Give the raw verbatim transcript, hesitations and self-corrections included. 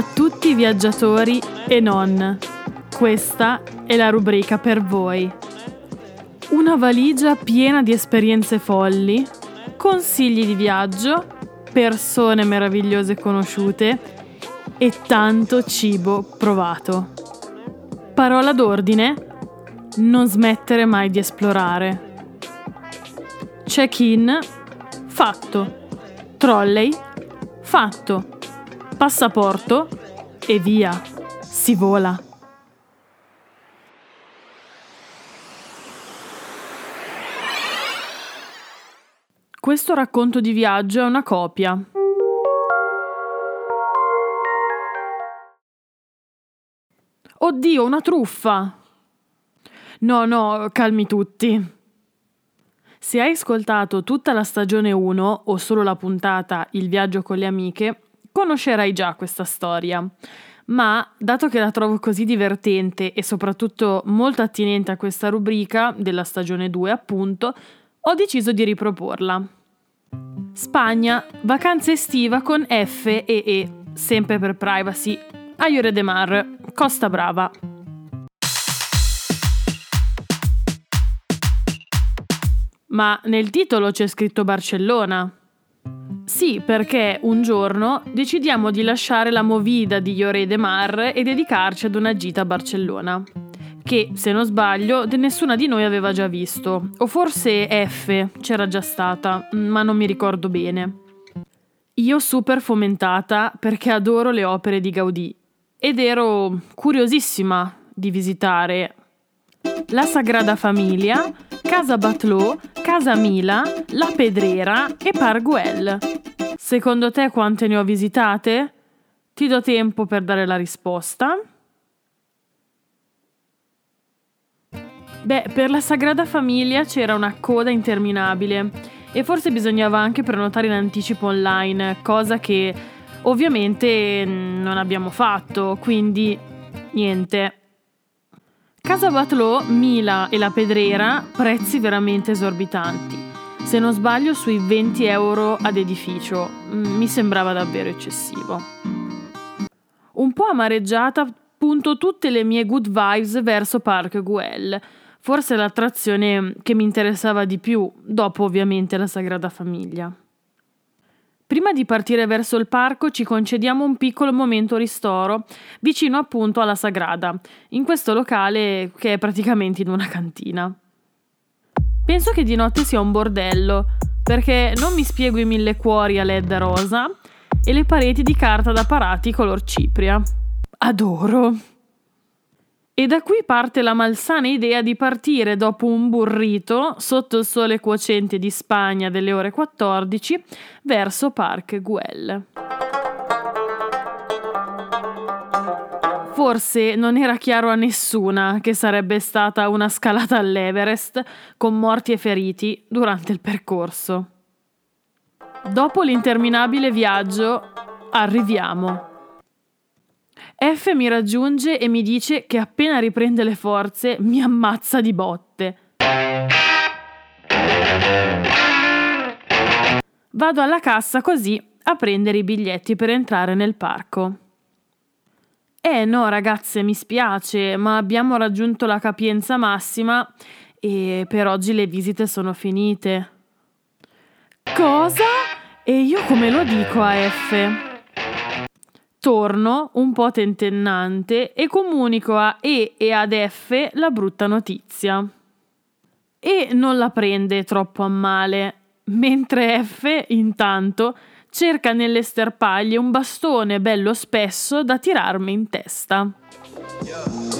A tutti i viaggiatori e non, questa è la rubrica per voi. Una valigia piena di esperienze folli, consigli di viaggio, persone meravigliose conosciute e tanto cibo provato. Parola d'ordine: non smettere mai di esplorare. Check-in fatto. Trolley fatto. Passaporto e via, si vola. Questo racconto di viaggio è una copia. Oddio, una truffa! No, no, calmi tutti. Se hai ascoltato tutta la stagione uno o solo la puntata Il viaggio con le amiche, conoscerai già questa storia, ma dato che la trovo così divertente e soprattutto molto attinente a questa rubrica della stagione due, appunto, ho deciso di riproporla. Spagna, vacanza estiva con F e E, sempre per privacy, a Lloret de Mar, Costa Brava. Ma nel titolo c'è scritto Barcellona. Sì, perché un giorno decidiamo di lasciare la movida di Lloret de Mar e dedicarci ad una gita a Barcellona, che, se non sbaglio, nessuna di noi aveva già visto, o forse F c'era già stata, ma non mi ricordo bene. Io super fomentata perché adoro le opere di Gaudì ed ero curiosissima di visitare la Sagrada Familia, Casa Batlló, Casa Milà, La Pedrera e Parc Güell. Secondo te quante ne ho visitate? Ti do tempo per dare la risposta. Beh, per la Sagrada Familia c'era una coda interminabile e forse bisognava anche prenotare in anticipo online, cosa che ovviamente non abbiamo fatto, quindi niente. Casa Batlló, Milà e La Pedrera, prezzi veramente esorbitanti. Se non sbaglio sui venti euro ad edificio, mi sembrava davvero eccessivo. Un po' amareggiata punto tutte le mie good vibes verso Parc Güell, forse l'attrazione che mi interessava di più, dopo ovviamente la Sagrada Famiglia. Prima di partire verso il parco ci concediamo un piccolo momento ristoro vicino appunto alla Sagrada, in questo locale che è praticamente in una cantina. Penso che di notte sia un bordello, perché non mi spiego i mille cuori a L E D rosa e le pareti di carta da parati color cipria. Adoro! E da qui parte la malsana idea di partire dopo un burrito sotto il sole cuocente di Spagna delle ore quattordici verso Parc Güell. Forse non era chiaro a nessuna che sarebbe stata una scalata all'Everest con morti e feriti durante il percorso. Dopo l'interminabile viaggio arriviamo. F mi raggiunge e mi dice che appena riprende le forze mi ammazza di botte. Vado alla cassa così a prendere i biglietti per entrare nel parco. Eh no ragazze, mi spiace, ma abbiamo raggiunto la capienza massima e per oggi le visite sono finite. Cosa? E io come lo dico a F? Torno, un po' tentennante, e comunico a E e ad F la brutta notizia. E non la prende troppo a male, mentre F, intanto, cerca nelle sterpaglie un bastone bello spesso da tirarmi in testa.